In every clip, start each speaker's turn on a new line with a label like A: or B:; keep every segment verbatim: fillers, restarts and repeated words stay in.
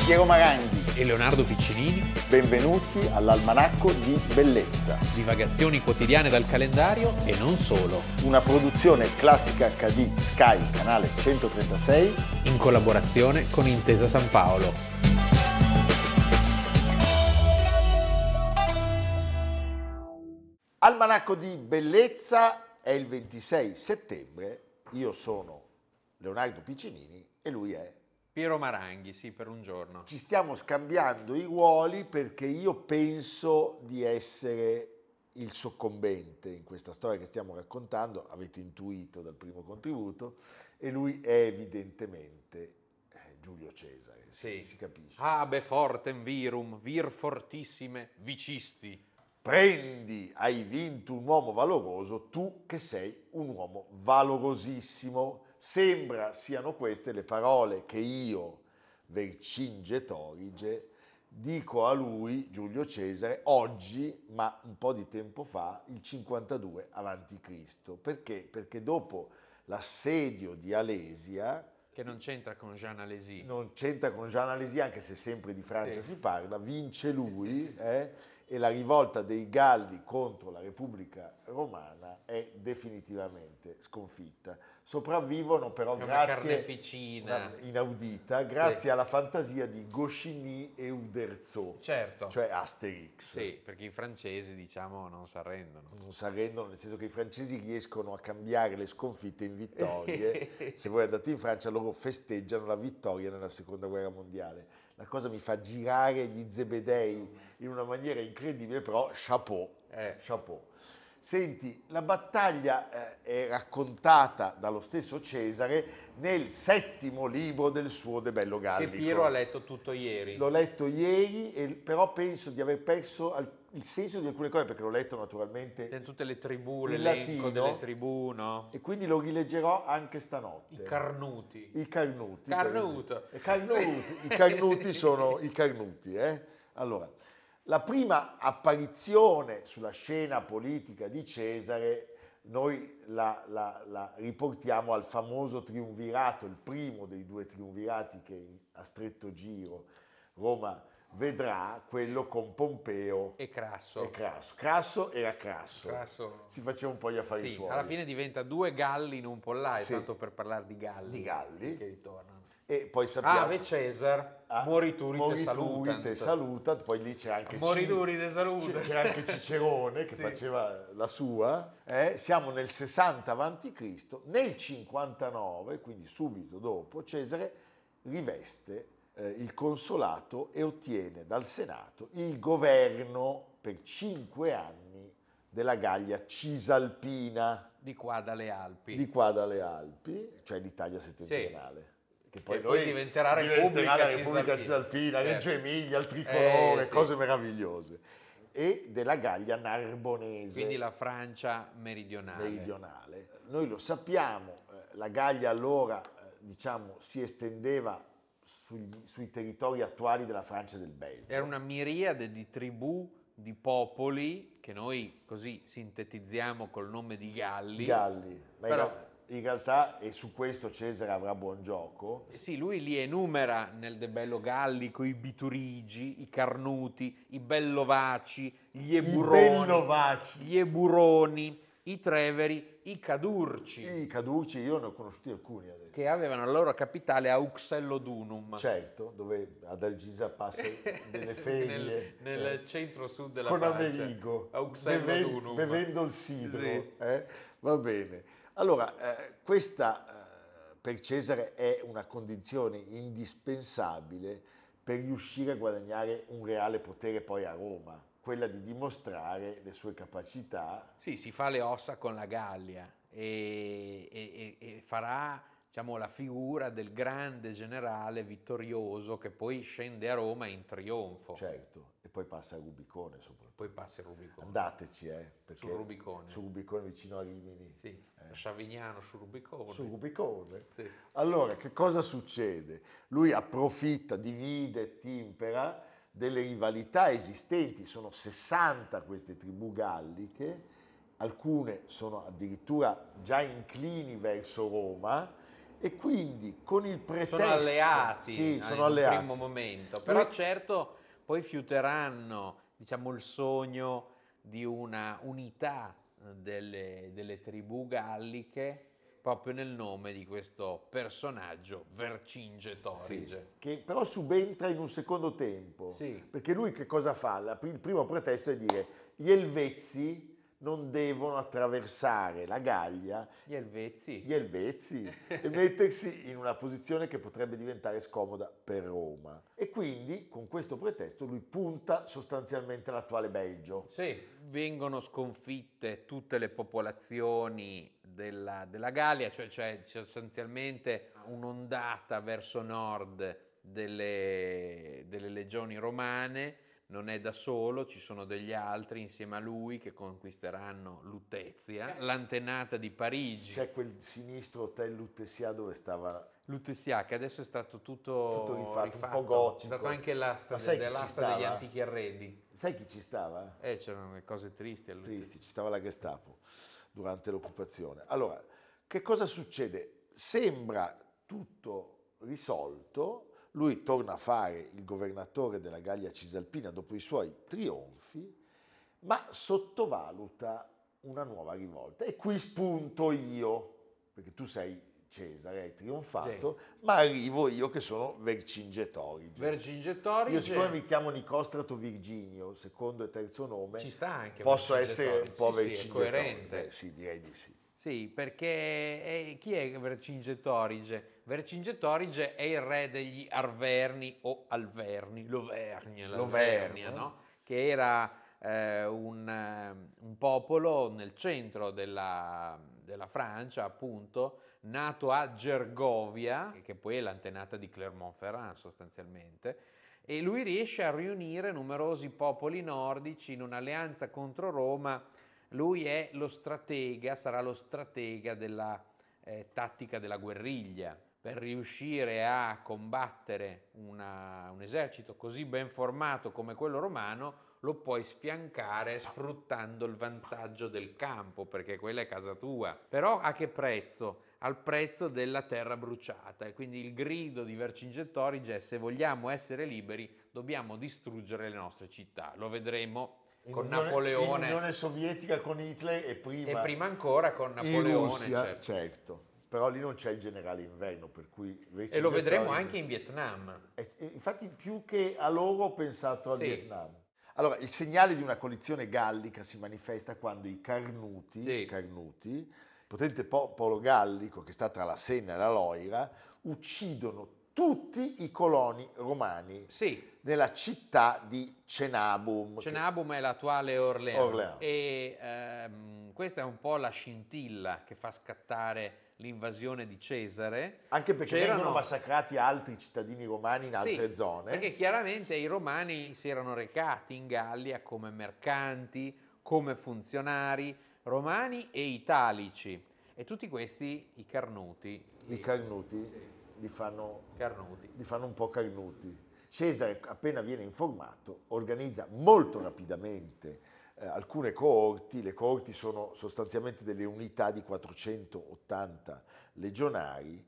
A: Piero Maranghi
B: e Leonardo Piccinini.
A: Benvenuti all'Almanacco di Bellezza.
B: Divagazioni quotidiane dal calendario e non solo.
A: Una produzione Classica acca di Sky, canale centotrentasei.
B: In collaborazione con Intesa San Paolo.
A: Almanacco di Bellezza è il ventisei settembre. Io sono Leonardo Piccinini e lui è
B: Piero Maranghi, sì, per un giorno.
A: Ci stiamo scambiando i ruoli perché io penso di essere il soccombente in questa storia che stiamo raccontando, avete intuito dal primo contributo, e lui è evidentemente eh, Giulio Cesare,
B: sì.
A: Si capisce.
B: Habe fortem virum, vir fortissime vicisti.
A: Prendi, hai vinto un uomo valoroso, tu che sei un uomo valorosissimo. Sembra siano queste le parole che io, Vercingetorige, dico a lui, Giulio Cesare, oggi, ma un po' di tempo fa, il cinquantadue avanti Cristo. Perché? Perché dopo l'assedio di Alesia,
B: che non c'entra con Jean Alesi.
A: Non c'entra con Jean Alesi, anche se sempre di Francia
B: sì.
A: si parla, vince lui, eh, e la rivolta dei Galli contro la Repubblica Romana è definitivamente sconfitta. Sopravvivono però
B: è
A: grazie,
B: una carneficina
A: una inaudita, grazie
B: sì.
A: alla fantasia di Goscinny e Uderzo,
B: certo.
A: cioè Asterix.
B: Sì, perché i francesi, diciamo, non si arrendono.
A: Non si arrendono, nel senso che i francesi riescono a cambiare le sconfitte in vittorie. Se voi andate in Francia, loro festeggiano la vittoria nella Seconda Guerra Mondiale. La cosa mi fa girare gli zebedei in una maniera incredibile, però chapeau,
B: eh.
A: chapeau. Senti, la battaglia eh, è raccontata dallo stesso Cesare nel settimo libro del suo De Bello Gallico.
B: Che Piero ha letto tutto ieri.
A: L'ho letto ieri, e, però penso di aver perso al, il senso di alcune cose, perché l'ho letto naturalmente
B: in tutte le tribù,
A: in
B: l'elenco
A: latino,
B: delle tribù, no?
A: E quindi lo rileggerò anche stanotte.
B: I Carnuti.
A: I Carnuti.
B: Carnuto.
A: I Carnuti, I Carnuti sono i Carnuti, eh? Allora, la prima apparizione sulla scena politica di Cesare noi la, la, la riportiamo al famoso triumvirato, il primo dei due triumvirati che a stretto giro Roma vedrà, quello con Pompeo
B: e Crasso.
A: E Crasso. Crasso era Crasso.
B: Crasso.
A: Si faceva un po' gli affari
B: sì,
A: suoi.
B: Alla fine diventa due galli in un pollaio,
A: sì.
B: tanto per parlare di galli.
A: Di galli.
B: Che ritornano.
A: E poi sappiamo...
B: Ave Cesar, ah, morituri te salutant.
A: te salutant. Poi lì c'è anche...
B: Morituri te salutant.
A: C'era anche Cicerone che sì. faceva la sua. Eh? Siamo nel sessanta avanti Cristo. Nel cinquantanove, quindi subito dopo, Cesare riveste eh, il consolato e ottiene dal Senato il governo per cinque anni della Gallia Cisalpina.
B: Di qua dalle Alpi.
A: Di qua dalle Alpi, cioè l'Italia settentrionale.
B: Sì.
A: Che poi,
B: e poi diventerà Repubblica,
A: la Repubblica Cisalpina,
B: certo.
A: Reggio Emilia, il tricolore,
B: eh, sì.
A: cose meravigliose. E della Gallia Narbonese.
B: Quindi la Francia meridionale.
A: meridionale. Noi lo sappiamo, la Gallia allora diciamo si estendeva sui, sui territori attuali della Francia e del Belgio.
B: Era una miriade di tribù, di popoli, che noi così sintetizziamo col nome di Galli.
A: Galli, ma
B: Però,
A: in realtà, e su questo Cesare avrà buon gioco.
B: Sì, lui li enumera nel De Bello Gallico i Biturigi, i Carnuti, i Bellovaci, gli Eburoni,
A: I Bellovaci.
B: gli Eburoni, i Treveri, i Cadurci.
A: I Cadurci, io ne ho conosciuti alcuni adesso.
B: Che avevano la loro capitale a Uxellodunum.
A: Certo, dove ad Algisa passa delle ferie.
B: nel, nel eh, centro-sud della
A: con
B: Francia.
A: Con Amerigo,
B: a Uxellodunum.
A: Beve, bevendo il sidro.
B: Sì.
A: Eh? Va bene. Allora, eh, questa eh, per Cesare è una condizione indispensabile per riuscire a guadagnare un reale potere poi a Roma, quella di dimostrare le sue capacità.
B: Sì, si fa le ossa con la Gallia e, e, e farà, diciamo, la figura del grande generale vittorioso che poi scende a Roma in trionfo.
A: Certo, e poi passa a Rubicone soprattutto.
B: Poi passa a Rubicone.
A: Andateci, eh, perché
B: su Rubicone.
A: Su Rubicone vicino a Rimini.
B: Sì, eh. Sciavignano su Rubicone.
A: Su Rubicone.
B: Sì.
A: Allora, che cosa succede? Lui approfitta, divide e timpera delle rivalità esistenti. Sono sessanta queste tribù galliche, alcune sono addirittura già inclini verso Roma, E quindi con il pretesto...
B: Sono alleati
A: sì,
B: eh,
A: sono
B: in un
A: alleati.
B: primo momento, però
A: Lui-
B: certo poi fiuteranno, diciamo, il sogno di una unità eh, delle, delle tribù galliche proprio nel nome di questo personaggio Vercingetorige.
A: Sì, che però subentra in un secondo tempo,
B: Sì.
A: perché lui che cosa fa? La- Il primo pretesto è dire gli Elvezi non devono attraversare la Gallia,
B: Gli Elvezi.
A: gli Elvezi, e mettersi in una posizione che potrebbe diventare scomoda per Roma. E quindi con questo pretesto lui punta sostanzialmente all'attuale Belgio.
B: Sì, vengono sconfitte tutte le popolazioni della, della Gallia, cioè c'è sostanzialmente un'ondata verso nord delle, delle legioni romane, non è da solo, ci sono degli altri insieme a lui che conquisteranno Lutezia, l'antenata di Parigi.
A: C'è quel sinistro hotel Lutetia dove stava
B: Lutezia, che adesso è stato tutto,
A: tutto rifatto, un
B: rifatto.
A: po' gotico.
B: C'è stato anche l'asta,
A: Ma sai chi ci
B: dell'asta degli
A: stava?
B: antichi arredi.
A: Sai chi ci stava?
B: Eh, c'erano le cose tristi a Lutezia.
A: Tristi, ci stava la Gestapo durante l'occupazione. Allora, che cosa succede? Sembra tutto risolto, lui torna a fare il governatore della Gallia Cisalpina dopo i suoi trionfi, ma sottovaluta una nuova rivolta. E qui spunto io, perché tu sei Cesare, hai trionfato, ma arrivo io che sono Vercingetorige.
B: Vercingetorige.
A: Io siccome mi chiamo Nicostrato Virginio, secondo e terzo nome,
B: Ci sta anche
A: posso essere un po'
B: Vercingetorige. Sì, sì, è
A: Vercingetorige.
B: coerente.
A: Eh, sì, direi di sì.
B: Sì, perché è- chi è Vercingetorige? Vercingetorige è il re degli Arverni o Alverni, l'Auvergne, l'Alvernia,
A: L'Auvergne.
B: no? Che era eh, un, eh, un popolo nel centro della, della Francia, appunto, nato a Gergovia, che poi è l'antenata di Clermont-Ferrand sostanzialmente, e lui riesce a riunire numerosi popoli nordici in un'alleanza contro Roma. Lui è lo stratega, sarà lo stratega della eh, tattica della guerriglia. Per riuscire a combattere una- un esercito così ben formato come quello romano, lo puoi sfiancare sfruttando il vantaggio del campo, perché quella è casa tua. Però a che prezzo? Al prezzo della terra bruciata. E quindi il grido di Vercingetorige è: se vogliamo essere liberi, dobbiamo distruggere le nostre città. Lo vedremo
A: In
B: con
A: Unione-
B: Napoleone
A: in Unione Sovietica con Hitler e prima,
B: e prima ancora con
A: in
B: Napoleone.
A: Russia,
B: certo.
A: certo. Però lì non c'è il generale inverno, per cui
B: E lo vedremo
A: Vercingetorige-
B: anche in Vietnam.
A: E- e infatti più che a loro ho pensato al
B: Sì.
A: Vietnam. Allora, il segnale di una coalizione gallica si manifesta quando i Carnuti,
B: Sì.
A: i Carnuti, il potente popolo gallico che sta tra la Senna e la Loira, uccidono tutti i coloni romani
B: Sì,
A: nella città di Cenabum. che-
B: Cenabum è l'attuale Orléans.
A: Orléans.
B: E ehm, questa è un po' la scintilla che fa scattare l'invasione di Cesare.
A: Anche perché
B: C'erano-
A: vengono massacrati altri cittadini romani in altre
B: Sì,
A: zone.
B: perché chiaramente i romani si erano recati in Gallia come mercanti, come funzionari romani e italici. E tutti questi i Carnuti.
A: I Carnuti li fanno
B: Carnuti.
A: li fanno un po' Carnuti. Cesare, appena viene informato, organizza molto rapidamente eh, alcune coorti. Le coorti sono sostanzialmente delle unità di quattrocentottanta legionari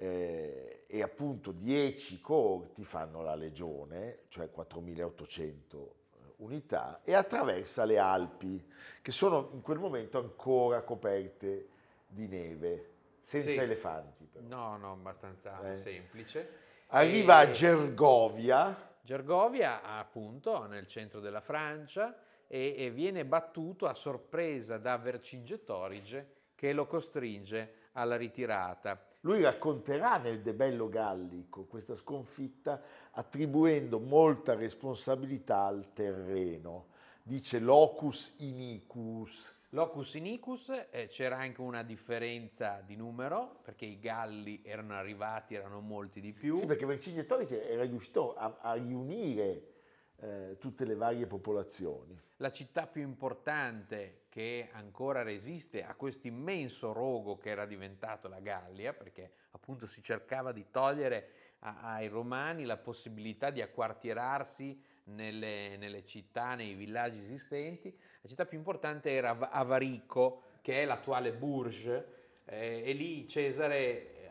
A: eh, e appunto dieci coorti fanno la legione, cioè quattromilaottocento unità, e attraversa le Alpi, che sono in quel momento ancora coperte di neve, senza
B: Sì.
A: elefanti però.
B: No, no, abbastanza
A: Eh.
B: semplice.
A: Arriva
B: E-
A: a Gergovia,
B: Gergovia, appunto, nel centro della Francia, e, e viene battuto a sorpresa da Vercingetorige, che lo costringe alla ritirata.
A: lui racconterà nel De Bello Gallico questa sconfitta attribuendo molta responsabilità al terreno. Dice locus iniquus.
B: Locus Inicus, eh, c'era anche una differenza di numero, perché i Galli erano arrivati, erano molti di più.
A: Sì, perché Vercingetorige era riuscito a, a riunire eh, tutte le varie popolazioni.
B: La città più importante che ancora resiste a questo immenso rogo che era diventato la Gallia, perché appunto si cercava di togliere a- ai romani la possibilità di acquartierarsi nelle, nelle città, nei villaggi esistenti. La città più importante era Av- Avarico, che è l'attuale Bourges, eh, e lì Cesare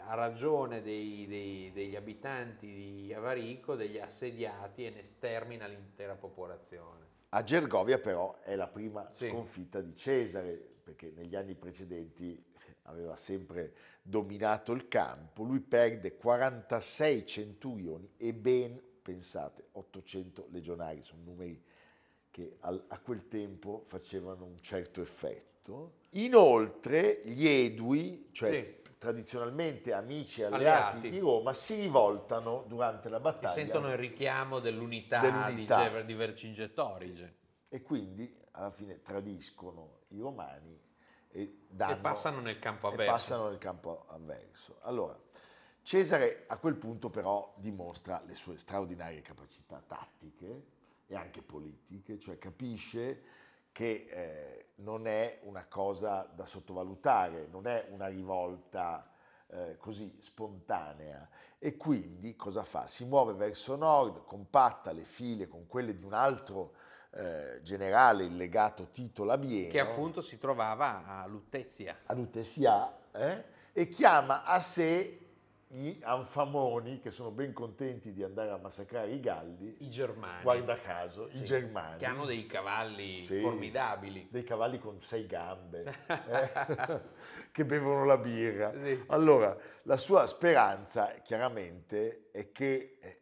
B: ha ragione dei, dei- degli abitanti di Avarico, degli assediati, e ne stermina l'intera popolazione.
A: A Gergovia però è la prima
B: Sì.
A: sconfitta di Cesare, perché negli anni precedenti aveva sempre dominato il campo. Lui perde quarantasei centurioni e ben, pensate, ottocento legionari. Sono numeri che al- a quel tempo facevano un certo effetto. Inoltre gli Edui, cioè
B: Sì.
A: tradizionalmente amici e alleati,
B: Alleati.
A: di Roma, si rivoltano durante la
B: Che
A: battaglia
B: sentono il richiamo dell'unità,
A: dell'unità.
B: di, Ge- di Vercingetorige.
A: E quindi alla fine tradiscono i romani e,
B: E
A: danno,
B: passano nel campo
A: e
B: avverso.
A: passano nel campo avverso. Allora, Cesare a quel punto però dimostra le sue straordinarie capacità tattiche e anche politiche, cioè capisce che eh, non è una cosa da sottovalutare, non è una rivolta eh, così spontanea, e quindi cosa fa? Si muove verso nord, compatta le file con quelle di un altro eh, generale, il legato Tito Labieno,
B: Che appunto si trovava a Luttezia.
A: a Lutetia, eh, e chiama a sé gli Anfamoni, che sono ben contenti di andare a massacrare i Galli,
B: I Germani.
A: guarda caso,
B: Sì,
A: i Germani.
B: che hanno dei cavalli
A: Sì,
B: formidabili.
A: dei cavalli con sei gambe, eh, che bevono la birra.
B: Sì.
A: Allora, la sua speranza chiaramente è che eh,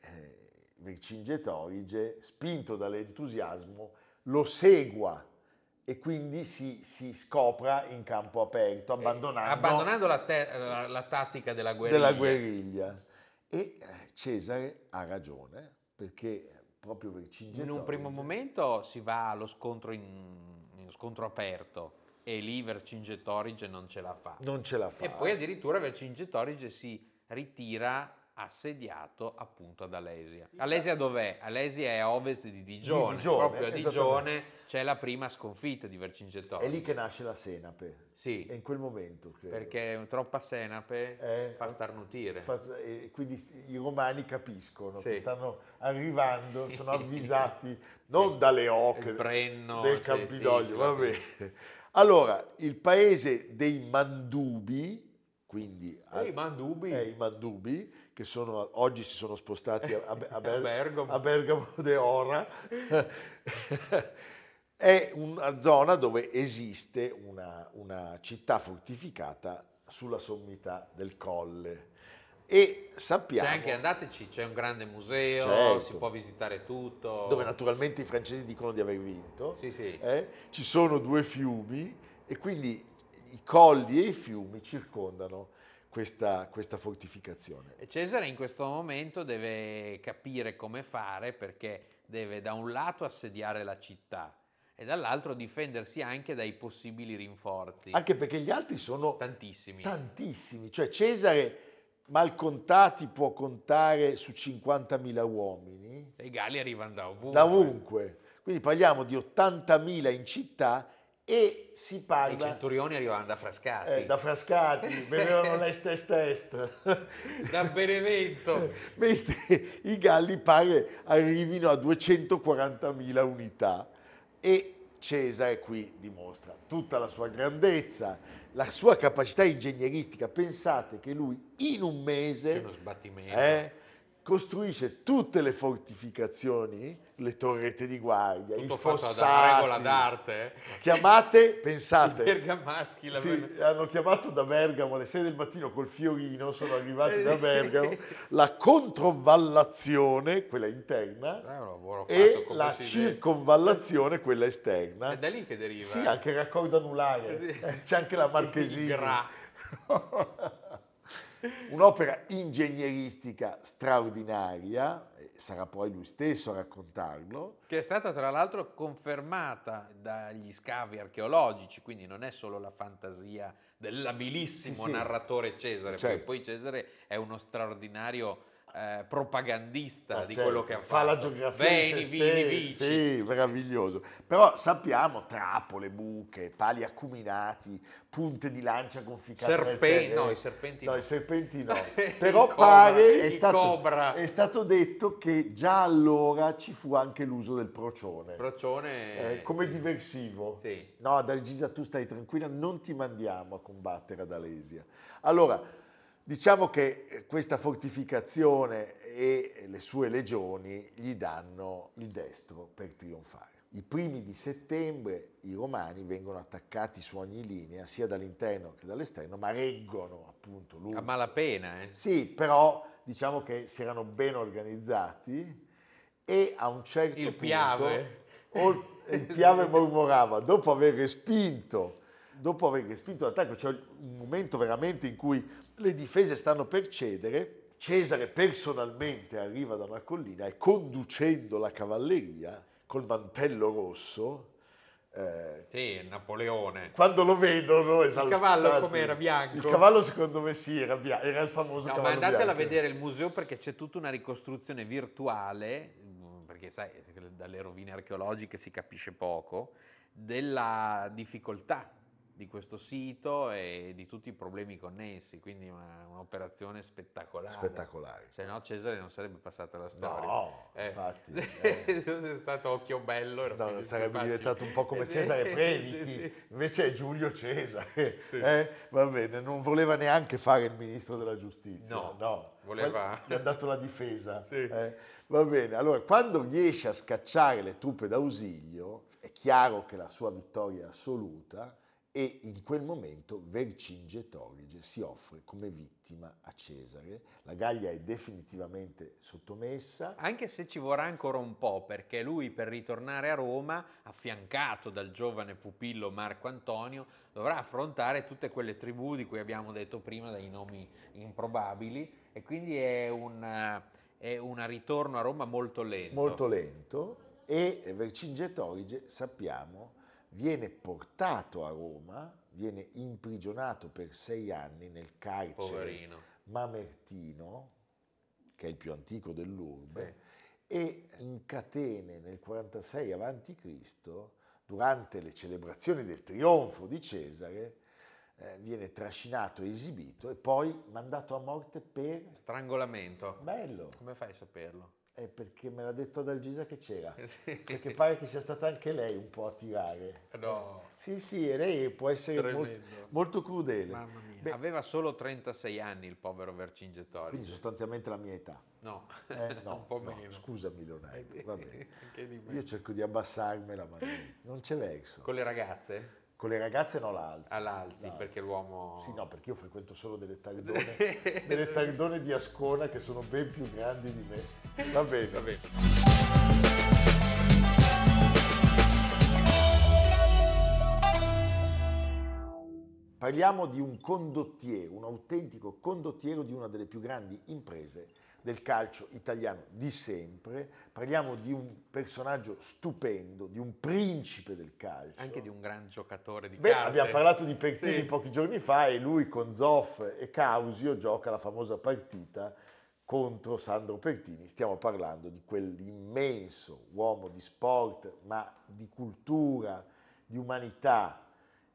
A: Vercingetorige, spinto dall'entusiasmo, lo segua e quindi si, si scopra in campo aperto, abbandonando,
B: Abbandonando la, te- la- la tattica della guerriglia.
A: della guerriglia. E eh, Cesare ha ragione, perché proprio Vercingetorige...
B: In un primo momento si va allo scontro, in, in scontro aperto, e lì Vercingetorige non ce la fa.
A: non ce la fa.
B: E poi addirittura Vercingetorige si ritira assediato appunto ad Alesia. Alesia dov'è? Alesia è a ovest di Digione.
A: Di Digione,
B: Proprio a Digione
A: esattamente.
B: c'è la prima sconfitta di
A: È
B: Vercingetorige.
A: lì che nasce la senape.
B: Sì.
A: È in quel momento, credo.
B: Perché troppa senape
A: Eh,
B: fa starnutire.
A: fa- e quindi i romani capiscono
B: Sì.
A: che stanno arrivando, sono avvisati non dalle oche
B: Il Brenno,
A: del
B: sì,
A: Campidoglio,
B: sì,
A: va
B: sì.
A: bene. Allora, il paese dei Mandubi, quindi
B: E i Mandubi?
A: eh, i Mandubi, che sono, oggi si sono spostati a, a- a Ber-
B: A Bergamo.
A: a Bergamo de Ora, è una zona dove esiste una, una città fortificata sulla sommità del colle. E sappiamo...
B: C'è anche, andateci, c'è un grande museo,
A: Certo.
B: si può visitare tutto.
A: dove naturalmente i francesi dicono di aver vinto,
B: Sì, sì.
A: eh? Ci sono due fiumi e quindi i colli e i fiumi circondano questa, questa fortificazione.
B: E Cesare in questo momento deve capire come fare, perché deve da un lato assediare la città e dall'altro difendersi anche dai possibili rinforzi.
A: Anche perché gli altri sono
B: Tantissimi.
A: tantissimi, cioè Cesare mal contati può contare su cinquantamila uomini,
B: E i Galli arrivano da ovunque.
A: da ovunque, quindi parliamo di ottantamila in città e si
B: E i
A: parla...
B: centurioni arrivano da Frascati.
A: Eh, da Frascati, bevevano l'est est est.
B: Da Benevento.
A: Mentre i Galli pare arrivino a duecentoquarantamila unità e Cesare qui dimostra tutta la sua grandezza, la sua capacità ingegneristica. Pensate che lui in un
B: C'è
A: mese
B: uno sbattimento.
A: eh, costruisce tutte le fortificazioni, le torrette di guardia,
B: Tutto
A: i
B: fatto
A: fossati,
B: da regola d'arte.
A: chiamate,
B: I
A: pensate,
B: bergamaschi. La
A: sì, hanno chiamato da Bergamo alle sei del mattino col fiorino, sono arrivati da Bergamo, la controvallazione, quella interna,
B: È un lavoro fatto
A: e
B: come
A: la
B: si deve.
A: circonvallazione, quella esterna.
B: È da lì che deriva.
A: Sì, anche il raccordo anulare,
B: Sì.
A: eh, c'è anche la Marchesini.
B: Il Gra.
A: Un'opera ingegneristica straordinaria, eh, sarà poi lui stesso a raccontarlo.
B: Che è stata tra l'altro confermata dagli scavi archeologici, quindi non è solo la fantasia dell'abilissimo
A: Sì, sì.
B: narratore Cesare,
A: Certo.
B: perché poi Cesare è uno straordinario eh, propagandista
A: Ma
B: di
A: certo,
B: quello che ha
A: fa
B: fatto.
A: la geografia
B: Veni,
A: di se
B: vini,
A: stesso.
B: vici.
A: Sì, meraviglioso. Però sappiamo trappole, buche, pali acuminati, punte di lancia conficcate nel
B: Serpenti,
A: terreno.
B: no, i serpenti
A: no.
B: no.
A: i serpenti no.
B: Il
A: Però
B: cobra,
A: pare, è
B: il
A: stato,
B: cobra.
A: è stato detto che già allora ci fu anche l'uso del procione.
B: Procione
A: Eh, come
B: sì.
A: diversivo.
B: Sì.
A: No, Adalgisa, tu stai tranquilla, non ti mandiamo a combattere ad Alesia. Allora, Diciamo che questa fortificazione e le sue legioni gli danno il destro per trionfare. I primi di settembre i romani vengono attaccati su ogni linea, sia dall'interno che dall'esterno, ma reggono appunto l'urto.
B: A malapena, eh?
A: Sì, però diciamo che si erano ben organizzati e a un certo
B: Il
A: punto
B: Piave.
A: ol- il Piave mormorava, dopo aver respinto, dopo aver respinto l'attacco, cioè un momento veramente in cui le difese stanno per cedere, Cesare personalmente arriva da una collina e conducendo la cavalleria col mantello rosso, eh,
B: Sì, Napoleone.
A: quando lo vedono esaltati.
B: Il cavallo com'era, bianco?
A: Il cavallo secondo me sì, era, bia- era il famoso
B: No, ma
A: cavallo
B: andatela a
A: bianco.
B: vedere il museo perché c'è tutta una ricostruzione virtuale, mm, perché sai, dalle rovine archeologiche si capisce poco, della difficoltà di questo sito e di tutti i problemi connessi, quindi una- un'operazione spettacolare.
A: Spettacolare.
B: Se no Cesare non sarebbe passata la storia.
A: No,
B: Eh.
A: infatti.
B: Se fosse stato occhio bello era
A: No,
B: più
A: sarebbe
B: facile.
A: diventato un po' come
B: Eh,
A: Cesare
B: sì,
A: Previti,
B: sì, sì.
A: invece è Giulio Cesare. Eh? Va bene, non voleva neanche fare il ministro della giustizia.
B: No, voleva-
A: Gli ha dato la difesa.
B: Sì.
A: eh? Va bene, allora quando riesce a scacciare le truppe d'ausilio è chiaro che la sua vittoria è assoluta e in quel momento Vercingetorige si offre come vittima a Cesare. La Gallia è definitivamente sottomessa.
B: Anche se ci vorrà ancora un po', perché lui per ritornare a Roma, affiancato dal giovane pupillo Marco Antonio, dovrà affrontare tutte quelle tribù di cui abbiamo detto prima, dai nomi improbabili, e quindi è un, è un ritorno a Roma molto lento.
A: Molto lento, e Vercingetorige, sappiamo, viene portato a Roma, viene imprigionato per sei anni nel carcere
B: Poverino.
A: Mamertino, che è il più antico dell'urbe,
B: Sì.
A: e in catene nel quarantasei avanti Cristo, durante le celebrazioni del trionfo di Cesare, eh, viene trascinato, esibito e poi mandato a morte per...
B: Strangolamento.
A: Bello!
B: Come fai a saperlo?
A: È perché me l'ha detto Adalgisa che c'era,
B: Sì.
A: perché pare che sia stata anche lei un po' a tirare.
B: No.
A: Sì, sì, e lei può essere molto,
B: Tremendo.
A: molto crudele.
B: Mamma mia.
A: Beh,
B: Aveva solo trentasei anni il povero Vercingetorige.
A: quindi sostanzialmente la mia età.
B: No,
A: Eh, no,
B: un po'
A: no,
B: meno.
A: scusami Leonardo, va bene.
B: Anche di me.
A: Io cerco di abbassarmela, ma non, non c'è verso.
B: Con le ragazze?
A: Con le ragazze no la alzo.
B: All'alzi,
A: La alzo.
B: perché l'uomo...
A: Sì, no, perché io frequento solo delle tardone, delle tardone di Ascona che sono ben più grandi di me. Va bene.
B: Va bene.
A: Parliamo di un condottiero, un autentico condottiero di una delle più grandi imprese del calcio italiano di sempre. Parliamo di un personaggio stupendo, di un principe del calcio.
B: Anche di un gran giocatore di
A: Beh,
B: carte.
A: abbiamo parlato di Pertini
B: Sì.
A: pochi giorni fa e lui con Zoff e Causio gioca la famosa partita contro Sandro Pertini. Stiamo parlando di quell'immenso uomo di sport, ma di cultura, di umanità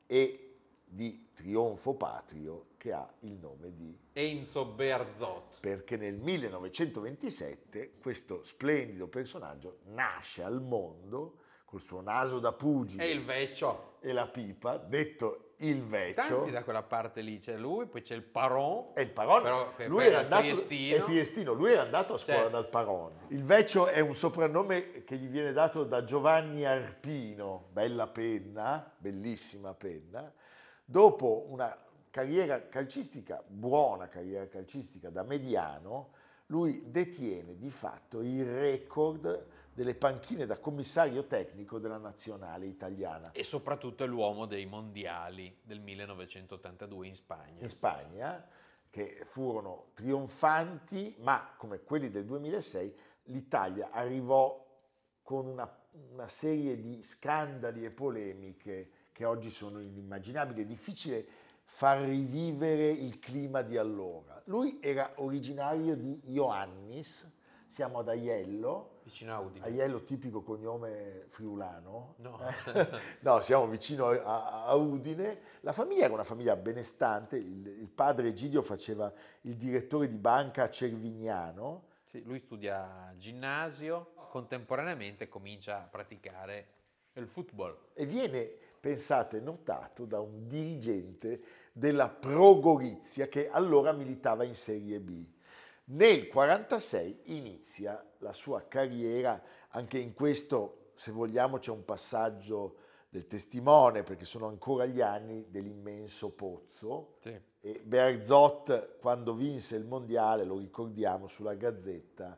A: e di trionfo patrio che ha il nome di...
B: Enzo Bearzot.
A: Perché nel millenovecentoventisette questo splendido personaggio nasce al mondo col suo naso da pugile
B: E il vecchio.
A: e la pipa, detto il vecchio.
B: Tanti da quella parte lì, c'è lui, poi c'è il Paron.
A: È il Paron,
B: Però che
A: lui
B: poi
A: era
B: era
A: andato,
B: triestino.
A: è triestino, lui era andato a scuola
B: Sì.
A: dal Paron. Il vecchio è un soprannome che gli viene dato da Giovanni Arpino, bella penna, bellissima penna. Dopo una carriera calcistica, buona carriera calcistica da mediano, lui detiene di fatto il record delle panchine da commissario tecnico della nazionale italiana.
B: E soprattutto è l'uomo dei mondiali del millenovecentottantadue in Spagna.
A: In Spagna, che furono trionfanti, ma come quelli del duemilasei, l'Italia arrivò con una, una serie di scandali e polemiche che oggi sono inimmaginabili. È difficile far rivivere il clima di allora. Lui era originario di Ioannis, siamo ad Aiello,
B: Vicino a Udine.
A: Aiello tipico cognome friulano.
B: No.
A: No, siamo vicino a, a Udine. La famiglia era una famiglia benestante, il, il padre Egidio faceva il direttore di banca a Cervignano.
B: Sì, lui studia ginnasio, contemporaneamente comincia a praticare il football.
A: E viene, pensate, notato da un dirigente della Pro Gorizia, che allora militava in Serie B. Nel quarantasei inizia la sua carriera, anche in questo, se vogliamo, c'è un passaggio del testimone, perché sono ancora gli anni dell'immenso Pozzo.
B: Sì.
A: E Bearzot, quando vinse il mondiale, lo ricordiamo, sulla Gazzetta,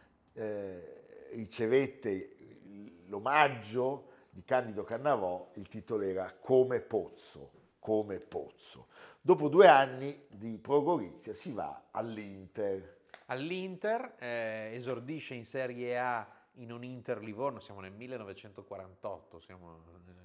A: eh, ricevette l'omaggio di Candido Cannavò, il titolo era Come Pozzo, come Pozzo. Dopo due anni di Pro Gorizia si va all'Inter.
B: All'Inter, eh, esordisce in Serie A in un Inter Livorno, siamo nel millenovecentoquarantotto, siamo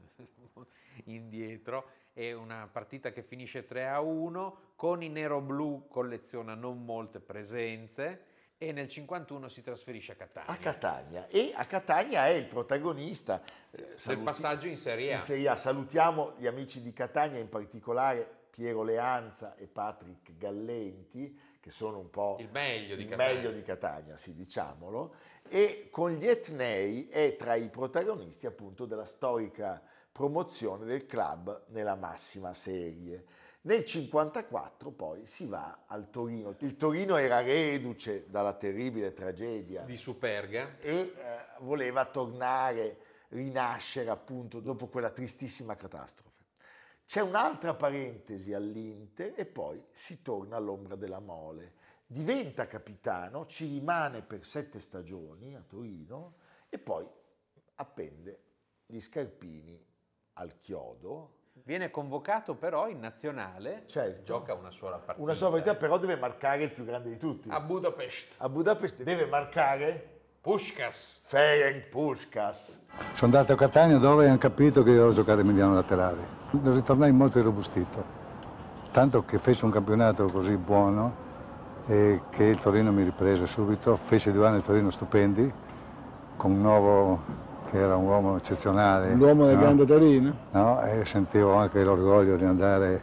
B: indietro, è una partita che finisce tre a uno, con i neroblù colleziona non molte presenze e nel cinquantuno si trasferisce a Catania.
A: A Catania, e a Catania è il protagonista eh,
B: del passaggio in Serie A.
A: In Serie A. Salutiamo gli amici di Catania, in particolare Piero Leanza e Patrick Gallenti, che sono un po'
B: il meglio di
A: il
B: Catania,
A: meglio di Catania, sì, diciamolo, e con gli etnei è tra i protagonisti appunto della storica promozione del club nella massima serie. Nel cinquantaquattro poi si va al Torino. Il Torino era reduce dalla terribile tragedia
B: di Superga
A: e eh, voleva tornare, rinascere appunto dopo quella tristissima catastrofe. C'è un'altra parentesi all'Inter e poi si torna all'ombra della Mole. Diventa capitano, ci rimane per sette stagioni a Torino e poi appende gli scarpini al chiodo.
B: Viene convocato però in nazionale,
A: certo,
B: gioca una sola partita.
A: Una sola partita, però deve marcare il più grande di tutti.
B: A Budapest.
A: A Budapest deve marcare
B: Puskás.
A: Ferenc Puskás.
C: Sono andato a Catania dove hanno capito che dovevo giocare mediano laterale. Ritornai molto irrobustito, tanto che feci un campionato così buono e che il Torino mi riprese subito. Fece due anni il Torino stupendi, con un nuovo che era un uomo eccezionale.
D: L'uomo del
C: no?
D: grande Torino?
C: No, e sentivo anche l'orgoglio di andare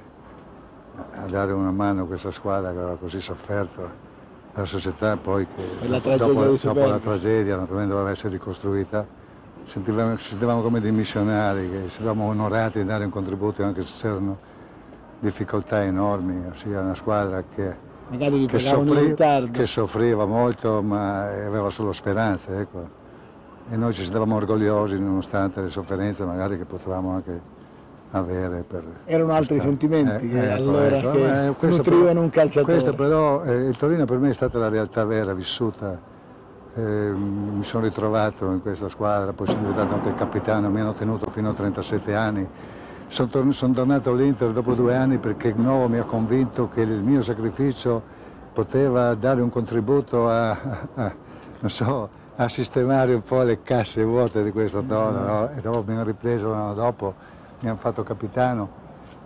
C: a dare una mano a questa squadra che aveva così sofferto. La società poi che
D: la
C: dopo,
D: dopo,
C: dopo la tragedia naturalmente doveva essere ricostruita, sentivamo, ci sentivamo come dei missionari, che ci sentivamo onorati di dare un contributo anche se c'erano difficoltà enormi, ossia una squadra che,
D: Magari
C: che, soffri, che soffriva molto ma aveva solo speranze, ecco. E noi ci sentivamo orgogliosi nonostante le sofferenze magari che potevamo anche avere. Per
D: Erano altri
C: questa,
D: sentimenti
C: eh,
D: che
C: ecco,
D: allora
C: ecco,
D: che
C: eh, questo
D: nutrivano
C: però,
D: un calciatore.
C: Questo però, eh, il Torino per me è stata la realtà vera, vissuta. Eh, mi sono ritrovato in questa squadra, poi sono diventato anche il capitano, mi hanno tenuto fino a trentasette anni. Sono, tor- sono tornato all'Inter dopo due anni perché il nuovo mi ha convinto che il mio sacrificio poteva dare un contributo a, a, a non so, a sistemare un po' le casse vuote di questa zona, no? E dopo mi hanno ripreso l'anno dopo, mi hanno fatto capitano.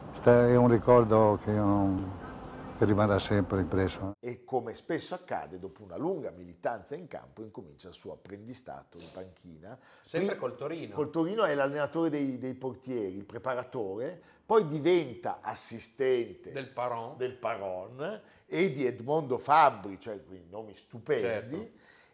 C: È un ricordo che, io non, che rimarrà sempre impresso.
A: E come spesso accade, dopo una lunga militanza in campo, incomincia il suo apprendistato in panchina.
B: Sempre
A: Qui,
B: col Torino.
A: Col Torino è l'allenatore dei, dei portieri, il preparatore, poi diventa assistente
B: del Paron,
A: del Paron e di Edmondo Fabbri, cioè quindi nomi stupendi, certo.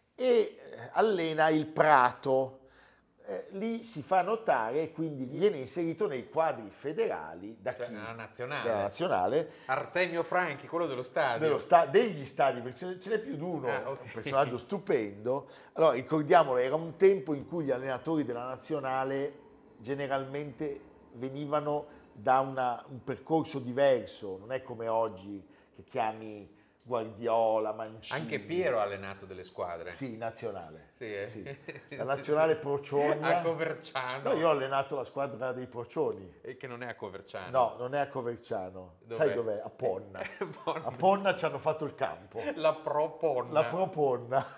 A: E allena il Prato. Eh, lì si fa notare e quindi viene inserito nei quadri federali da chi?
B: Della nazionale.
A: Della nazionale.
B: Artemio Franchi, quello dello stadio.
A: Dello sta- degli stadi, perché ce, ce n'è più di uno, ah, okay. Un personaggio stupendo. Allora, ricordiamolo, era un tempo in cui gli allenatori della nazionale generalmente venivano da una, un percorso diverso, non è come oggi che chiami Guardiola, Mancini.
B: Anche Piero ha allenato delle squadre.
A: Sì, nazionale.
B: Sì, eh?
A: Sì. La nazionale Procionia.
B: A Coverciano.
A: No, io ho allenato la squadra dei Procioni.
B: E che non è a Coverciano.
A: No, non è a Coverciano.
B: Dov'è?
A: Sai dov'è? A Ponna. A Ponna ci hanno fatto il campo.
B: La Pro Ponna.
A: La Pro Ponna.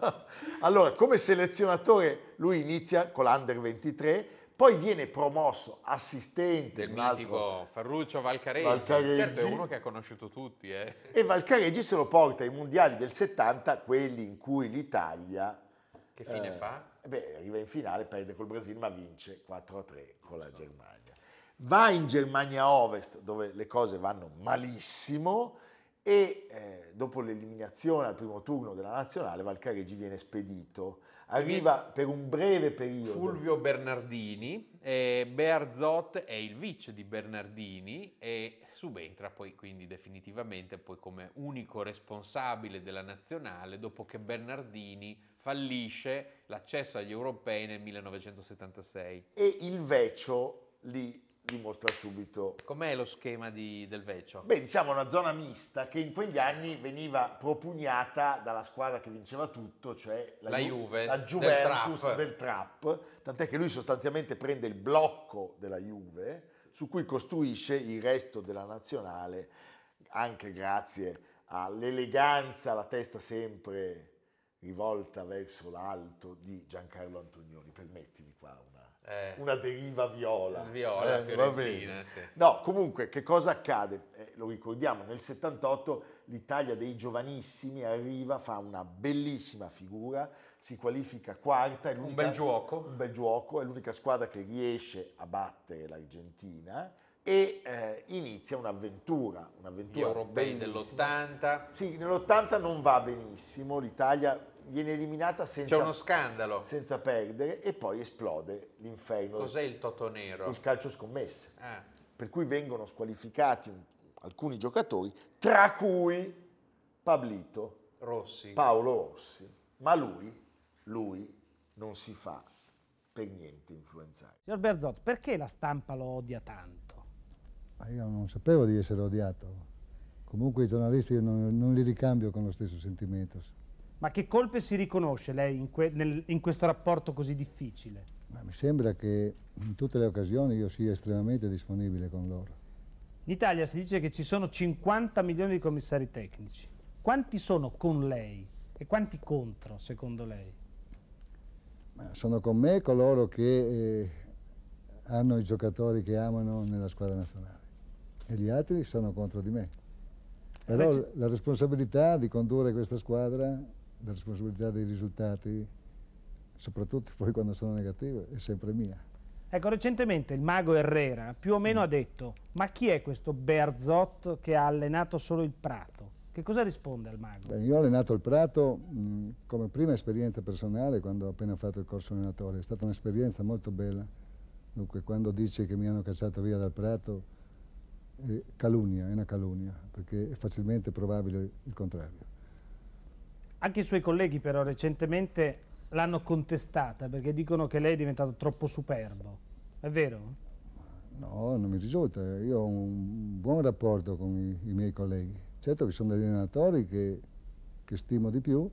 A: Allora, come selezionatore lui inizia con l'Under ventitré, poi viene promosso assistente
B: del
A: di un
B: mitico
A: altro
B: Ferruccio Valcareggi.
A: Valcareggi.
B: Certo, è uno che ha conosciuto tutti. Eh.
A: E Valcareggi se lo porta ai mondiali del settanta, quelli in cui l'Italia...
B: Che fine
A: eh,
B: fa?
A: Beh, arriva in finale, perde col Brasile, ma vince quattro a tre con la Germania. Va in Germania Ovest, dove le cose vanno malissimo, e eh, dopo l'eliminazione al primo turno della nazionale Valcareggi viene spedito, arriva per un breve periodo.
B: Fulvio Bernardini, e Bearzot è il vice di Bernardini e subentra poi quindi definitivamente poi come unico responsabile della nazionale dopo che Bernardini fallisce l'accesso agli europei nel millenovecentosettantasei.
A: E il Vecio li dimostra subito.
B: Com'è lo schema di, del Vecio?
A: Beh, diciamo una zona mista che in quegli anni veniva propugnata dalla squadra che vinceva tutto, cioè la,
B: La
A: Ju-
B: Juve,
A: la
B: del
A: Juventus
B: Trap.
A: del Trap, tant'è che lui sostanzialmente prende il blocco della Juve su cui costruisce il resto della nazionale, anche grazie all'eleganza, alla testa sempre rivolta verso l'alto di Giancarlo Antonioni. Permettimi qua una
B: Eh,
A: una deriva viola.
B: Viola,
A: Eh, va
B: fiorentina,
A: bene.
B: sì.
A: No, comunque, che cosa accade? Eh, lo ricordiamo, nel settantotto l'Italia dei giovanissimi arriva, fa una bellissima figura, si qualifica quarta. È
B: Un
A: l'unica-
B: bel gioco.
A: Un bel gioco, è l'unica squadra che riesce a battere l'Argentina e eh, inizia un'avventura,
B: Gli
A: un'avventura
B: europei
A: bellissima.
B: dell'ottanta.
A: Sì, nell'ottanta non va benissimo, l'Italia viene eliminata senza,
B: C'è uno scandalo.
A: senza perdere e poi esplode l'inferno.
B: Cos'è il Toto Nero?
A: Il calcio scommesse,
B: Ah,
A: per cui vengono squalificati un- alcuni giocatori, tra cui Pablito,
B: Rossi.
A: Paolo Rossi, ma lui, lui non si fa per niente influenzare.
D: Signor Bearzot, perché la stampa lo odia tanto?
C: Ma io non sapevo di essere odiato. Comunque i giornalisti io non, non li ricambio con lo stesso sentimento.
D: Ma che colpe si riconosce lei in, que- nel- in questo rapporto così difficile?
C: Ma mi sembra che in tutte le occasioni io sia estremamente disponibile con loro.
D: In Italia si dice che ci sono cinquanta milioni di commissari tecnici. Quanti sono con lei e quanti contro, secondo lei?
C: Ma sono con me coloro che eh, hanno i giocatori che amano nella squadra nazionale e gli altri sono contro di me. Però
D: Invece-
C: la responsabilità di condurre questa squadra, la responsabilità dei risultati, soprattutto poi quando sono negativi, è sempre mia.
D: Ecco, recentemente il mago Herrera più o meno ha detto: ma chi è questo Bearzot che ha allenato solo il Prato? Che cosa risponde al mago?
C: Beh, io ho allenato il Prato mh, come prima esperienza personale quando ho appena fatto il corso allenatore. È stata un'esperienza molto bella. Dunque, quando dice che mi hanno cacciato via dal Prato, è calunnia, è una calunnia, perché è facilmente probabile il contrario.
D: Anche i suoi colleghi però recentemente l'hanno contestata perché dicono che lei è diventato troppo superbo. È vero?
C: No, non mi risulta. Io ho un buon rapporto con i, i miei colleghi. Certo che sono degli allenatori che, che stimo di più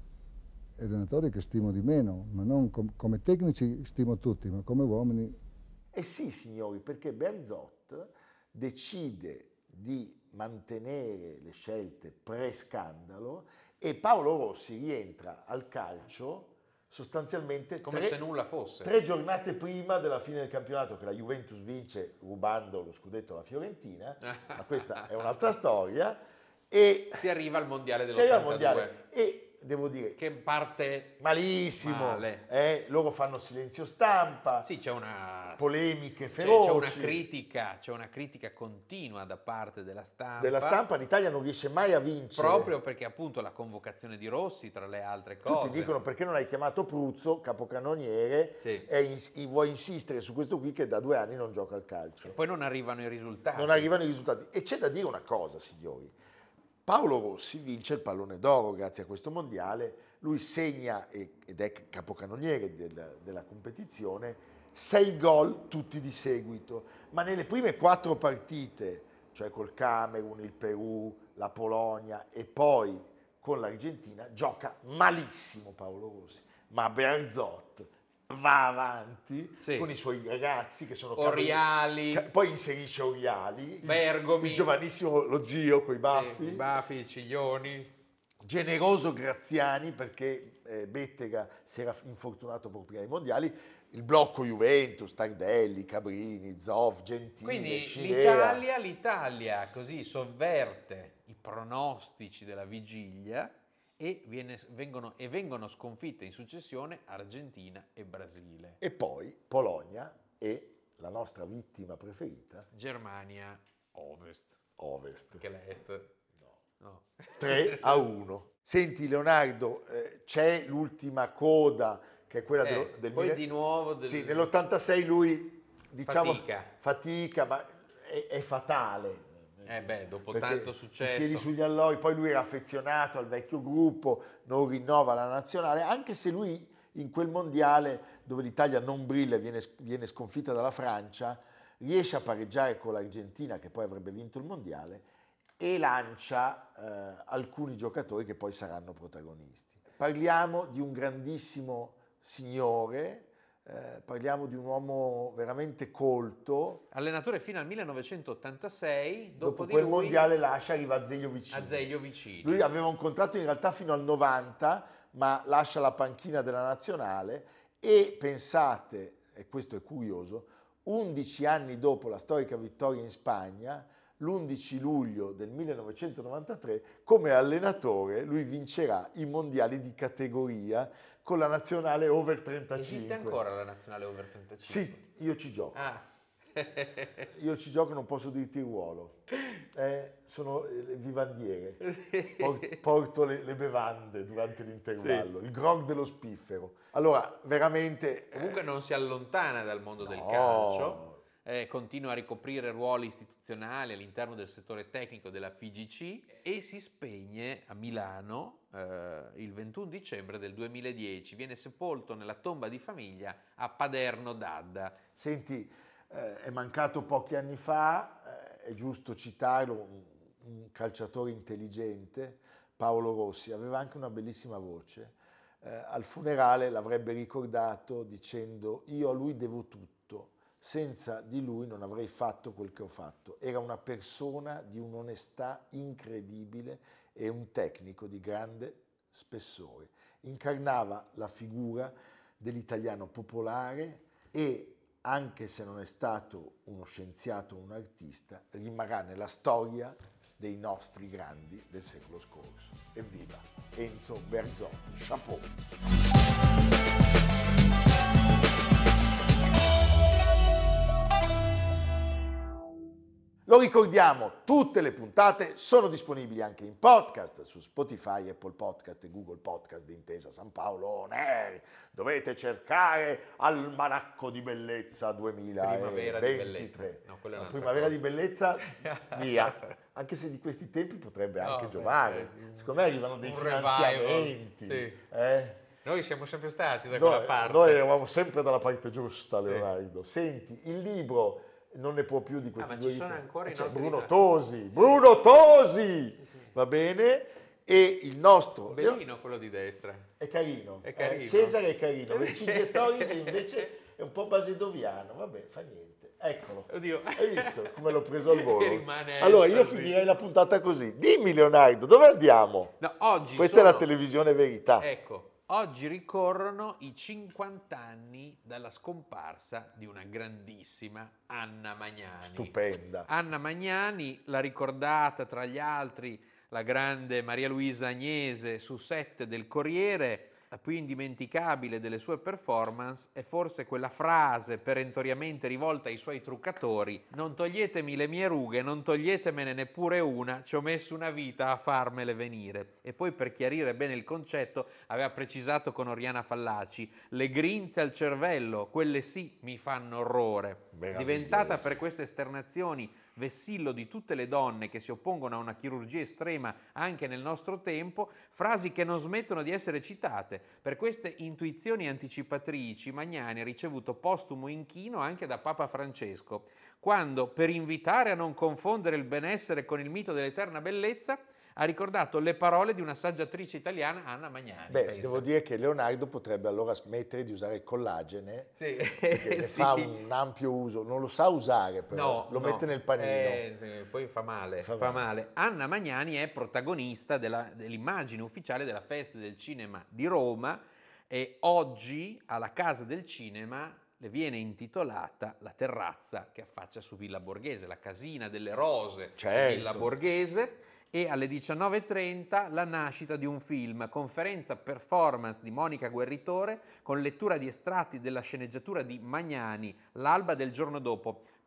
C: e allenatori che stimo di meno, ma non com- come tecnici stimo tutti, ma come uomini.
A: Eh sì, signori, perché Bearzot decide di mantenere le scelte pre-scandalo e Paolo Rossi rientra al calcio sostanzialmente
B: come
A: tre,
B: se nulla fosse.
A: tre giornate prima della fine del campionato, che la Juventus vince rubando lo scudetto alla Fiorentina, ma questa è un'altra storia, e
B: Si arriva al mondiale
A: si arriva al
B: dell'ottantadue.
A: mondiale e devo dire
B: Che parte
A: malissimo,
B: male.
A: eh, loro fanno silenzio stampa,
B: Sì, c'è una
A: polemiche
B: c'è,
A: feroci.
B: c'è una critica, c'è una critica continua da parte della stampa.
A: Della stampa l'Italia non riesce mai a vincere.
B: Proprio perché appunto la convocazione di Rossi, tra le altre cose.
A: Tutti dicono: perché non hai chiamato Pruzzo, capocannoniere,
B: Sì.
A: e ins- vuoi insistere su questo qui che da due anni non gioca al calcio.
B: Poi non arrivano i risultati.
A: Non arrivano i risultati. E c'è da dire una cosa, signori. Paolo Rossi vince il pallone d'oro grazie a questo mondiale. Lui segna, e- ed è capocannoniere del- della competizione, sei gol tutti di seguito. Ma nelle prime quattro partite, cioè col Camerun, il Perù, la Polonia e poi con l'Argentina, gioca malissimo Paolo Rossi. Ma Bearzot va avanti
B: Sì.
A: con i suoi ragazzi che sono
B: Oriali.
A: ca- poi inserisce Oriali, il-
B: Bergomi.
A: il giovanissimo, lo zio con i baffi,
B: Sì, i baffi, i ciglioni.
A: generoso Graziani, perché eh, Bettega si era infortunato proprio ai mondiali, il blocco Juventus, Tardelli, Cabrini, Zoff, Gentile,
B: Quindi
A: Scirea.
B: l'Italia, l'Italia così sovverte i pronostici della vigilia e, viene- vengono, e vengono sconfitte in successione Argentina e Brasile.
A: E poi Polonia e la nostra vittima preferita,
B: Germania Ovest,
A: Ovest.
B: che l'Est. No.
A: tre a uno. Senti Leonardo, eh, c'è l'ultima coda che è quella
B: Eh,
A: del, del
B: poi
A: mille-
B: di nuovo del-
A: Sì, nell'ottantasei lui diciamo
B: Fatica.
A: fatica, ma è, è fatale.
B: Eh beh, dopo
A: Perché
B: tanto
A: ti
B: successo.
A: siedi sugli allori, poi lui era affezionato al vecchio gruppo, non rinnova la nazionale, anche se lui in quel mondiale dove l'Italia non brilla e viene, viene sconfitta dalla Francia, riesce a pareggiare con l'Argentina che poi avrebbe vinto il mondiale e lancia eh, alcuni giocatori che poi saranno protagonisti. Parliamo di un grandissimo signore, eh, parliamo di un uomo veramente colto.
B: Allenatore fino al millenovecentottantasei, dopo,
A: Dopo
B: di
A: quel
B: lui
A: mondiale lascia, arriva Azeglio Vicini.
B: Azeglio Vicini.
A: Lui aveva un contratto in realtà fino al novanta, ma lascia la panchina della nazionale e pensate, e questo è curioso, undici anni dopo la storica vittoria in Spagna, l'undici luglio del millenovecentonovantatré, come allenatore lui vincerà i mondiali di categoria con la nazionale over trentacinque.
B: Esiste ancora la nazionale over trentacinque?
A: Sì, io ci gioco.
B: Ah.
A: Io ci gioco, non posso dirti il ruolo. Eh, sono le vivandiere. Por- porto le, le bevande durante l'intervallo, il grog dello spiffero. Allora, veramente...
B: Comunque non si allontana dal mondo del
A: No.
B: calcio, eh, continua a ricoprire ruoli istituzionali all'interno del settore tecnico della F I G C e si spegne a Milano eh, il ventuno dicembre del duemiladieci. Viene sepolto nella tomba di famiglia a Paderno d'Adda.
A: Senti, eh, è mancato pochi anni fa, eh, è giusto citarlo, un, un calciatore intelligente, Paolo Rossi, aveva anche una bellissima voce. Eh, al funerale l'avrebbe ricordato dicendo: io a lui devo tutto, senza di lui non avrei fatto quel che ho fatto. Era una persona di un'onestà incredibile e un tecnico di grande spessore. Incarnava la figura dell'italiano popolare e, anche se non è stato uno scienziato o un artista, rimarrà nella storia dei nostri grandi del secolo scorso. Evviva Enzo Bearzot, chapeau! Lo ricordiamo, tutte le puntate sono disponibili anche in podcast su Spotify, Apple Podcast e Google Podcast di Intesa San Paolo On Air. Dovete cercare Almanacco di Bellezza
B: Primavera di
A: duemilaventitré.
B: Bellezza. No, quella è
A: La
B: un'altra
A: Primavera
B: cosa.
A: di Bellezza, via. Anche se di questi tempi potrebbe anche
B: beh,
A: giovare.
B: sì, sì.
A: Secondo me arrivano dei
B: Un
A: finanziamenti.
B: revival, sì.
A: eh?
B: Noi siamo sempre stati da quella
A: Noi,
B: parte.
A: noi eravamo sempre dalla parte giusta, Leonardo. Senti, il libro non ne può più di questi
B: Ah, ma
A: due
B: ci sono
A: litri.
B: ancora i
A: C'è
B: nostri
A: Bruno
B: ritratti.
A: Tosi, Bruno Tosi, va bene? E il nostro
B: Bellino quello di destra.
A: è carino,
B: È carino.
A: Eh, Cesare è carino, Vercingetorige invece è un po' basedoviano, vabbè, fa niente. Eccolo,
B: Oddio.
A: hai visto come l'ho preso al volo?
B: Rimane
A: Allora io
B: così.
A: finirei la puntata così. Dimmi Leonardo, dove andiamo?
B: No, oggi
A: Questa
B: sono-
A: è la televisione verità.
B: Ecco, oggi ricorrono i cinquanta anni dalla scomparsa di una grandissima Anna Magnani.
A: Stupenda.
B: Anna Magnani, la ricordata tra gli altri la grande Maria Luisa Agnese su set del Corriere. La più indimenticabile delle sue performance è forse quella frase perentoriamente rivolta ai suoi truccatori: non toglietemi le mie rughe, non toglietemene neppure una, ci ho messo una vita a farmele venire. E poi, per chiarire bene il concetto, aveva precisato con Oriana Fallaci: le grinze al cervello, quelle sì mi fanno orrore.
A: Meraviglioso.
B: Diventata per queste esternazioni vessillo di tutte le donne che si oppongono a una chirurgia estrema anche nel nostro tempo, frasi che non smettono di essere citate. Per queste intuizioni anticipatrici Magnani ha ricevuto postumo inchino anche da Papa Francesco, quando, per invitare a non confondere il benessere con il mito dell'eterna bellezza, ha ricordato le parole di una saggiatrice italiana, Anna Magnani.
A: Beh,
B: pensa.
A: devo dire che Leonardo potrebbe allora smettere di usare il collagene,
B: Sì.
A: perché ne
B: Sì.
A: fa un ampio uso, non lo sa usare però,
B: No,
A: lo
B: no.
A: mette nel panino.
B: Eh, sì, poi fa male,
A: Fa
B: fa
A: male.
B: male. Anna Magnani è protagonista della- dell'immagine ufficiale della Festa del Cinema di Roma e oggi alla Casa del Cinema le viene intitolata la terrazza che affaccia su Villa Borghese, la casina delle rose
A: Certo.
B: di Villa Borghese. E alle diciannove e trenta la nascita di un film, conferenza performance di Monica Guerritore con lettura di estratti della sceneggiatura di Magnani, L'alba del giorno dopo.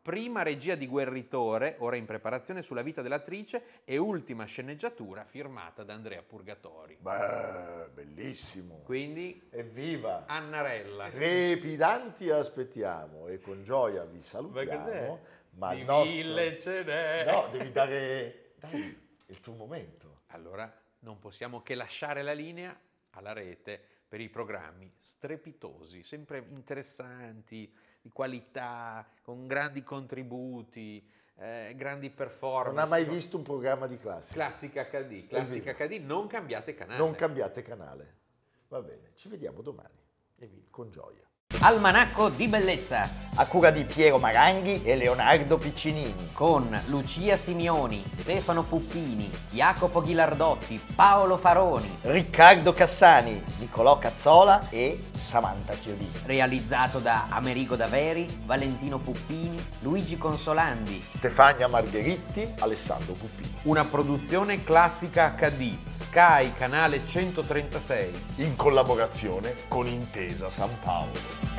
B: prima regia di Guerritore, ora in preparazione sulla vita dell'attrice, e ultima sceneggiatura firmata da Andrea Purgatori.
A: Beh, bellissimo.
B: Quindi,
A: evviva!
B: Annarella.
A: Trepidanti aspettiamo e con gioia vi
B: Ma
A: salutiamo.
B: cos'è?
A: Ma
B: Di
A: il nostro...
B: mille ce n'è.
A: No, devi dare... Dai, il tuo momento.
B: Allora, non possiamo che lasciare la linea alla rete per i programmi strepitosi, sempre interessanti, di qualità, con grandi contributi, eh, grandi performance.
A: Non ha mai visto un programma di classica.
B: Classica acca di, Classica acca di, non cambiate canale.
A: Non cambiate canale. Va bene, ci vediamo domani.
B: Evviva.
A: Con gioia.
E: Almanacco di bellezza
F: A cura di Piero Maranghi e Leonardo Piccinini.
E: con Lucia Simioni, Stefano Puppini, Jacopo Ghilardotti, Paolo Faroni,
F: Riccardo Cassani, Nicolò Cazzola e Samantha Chiodini.
E: realizzato da Amerigo Daveri, Valentino Puppini, Luigi Consolandi.
A: Stefania Margheritti, Alessandro Puppini.
B: Una produzione Classica acca di, Sky, canale centotrentasei.
A: In collaborazione con Intesa San Paolo.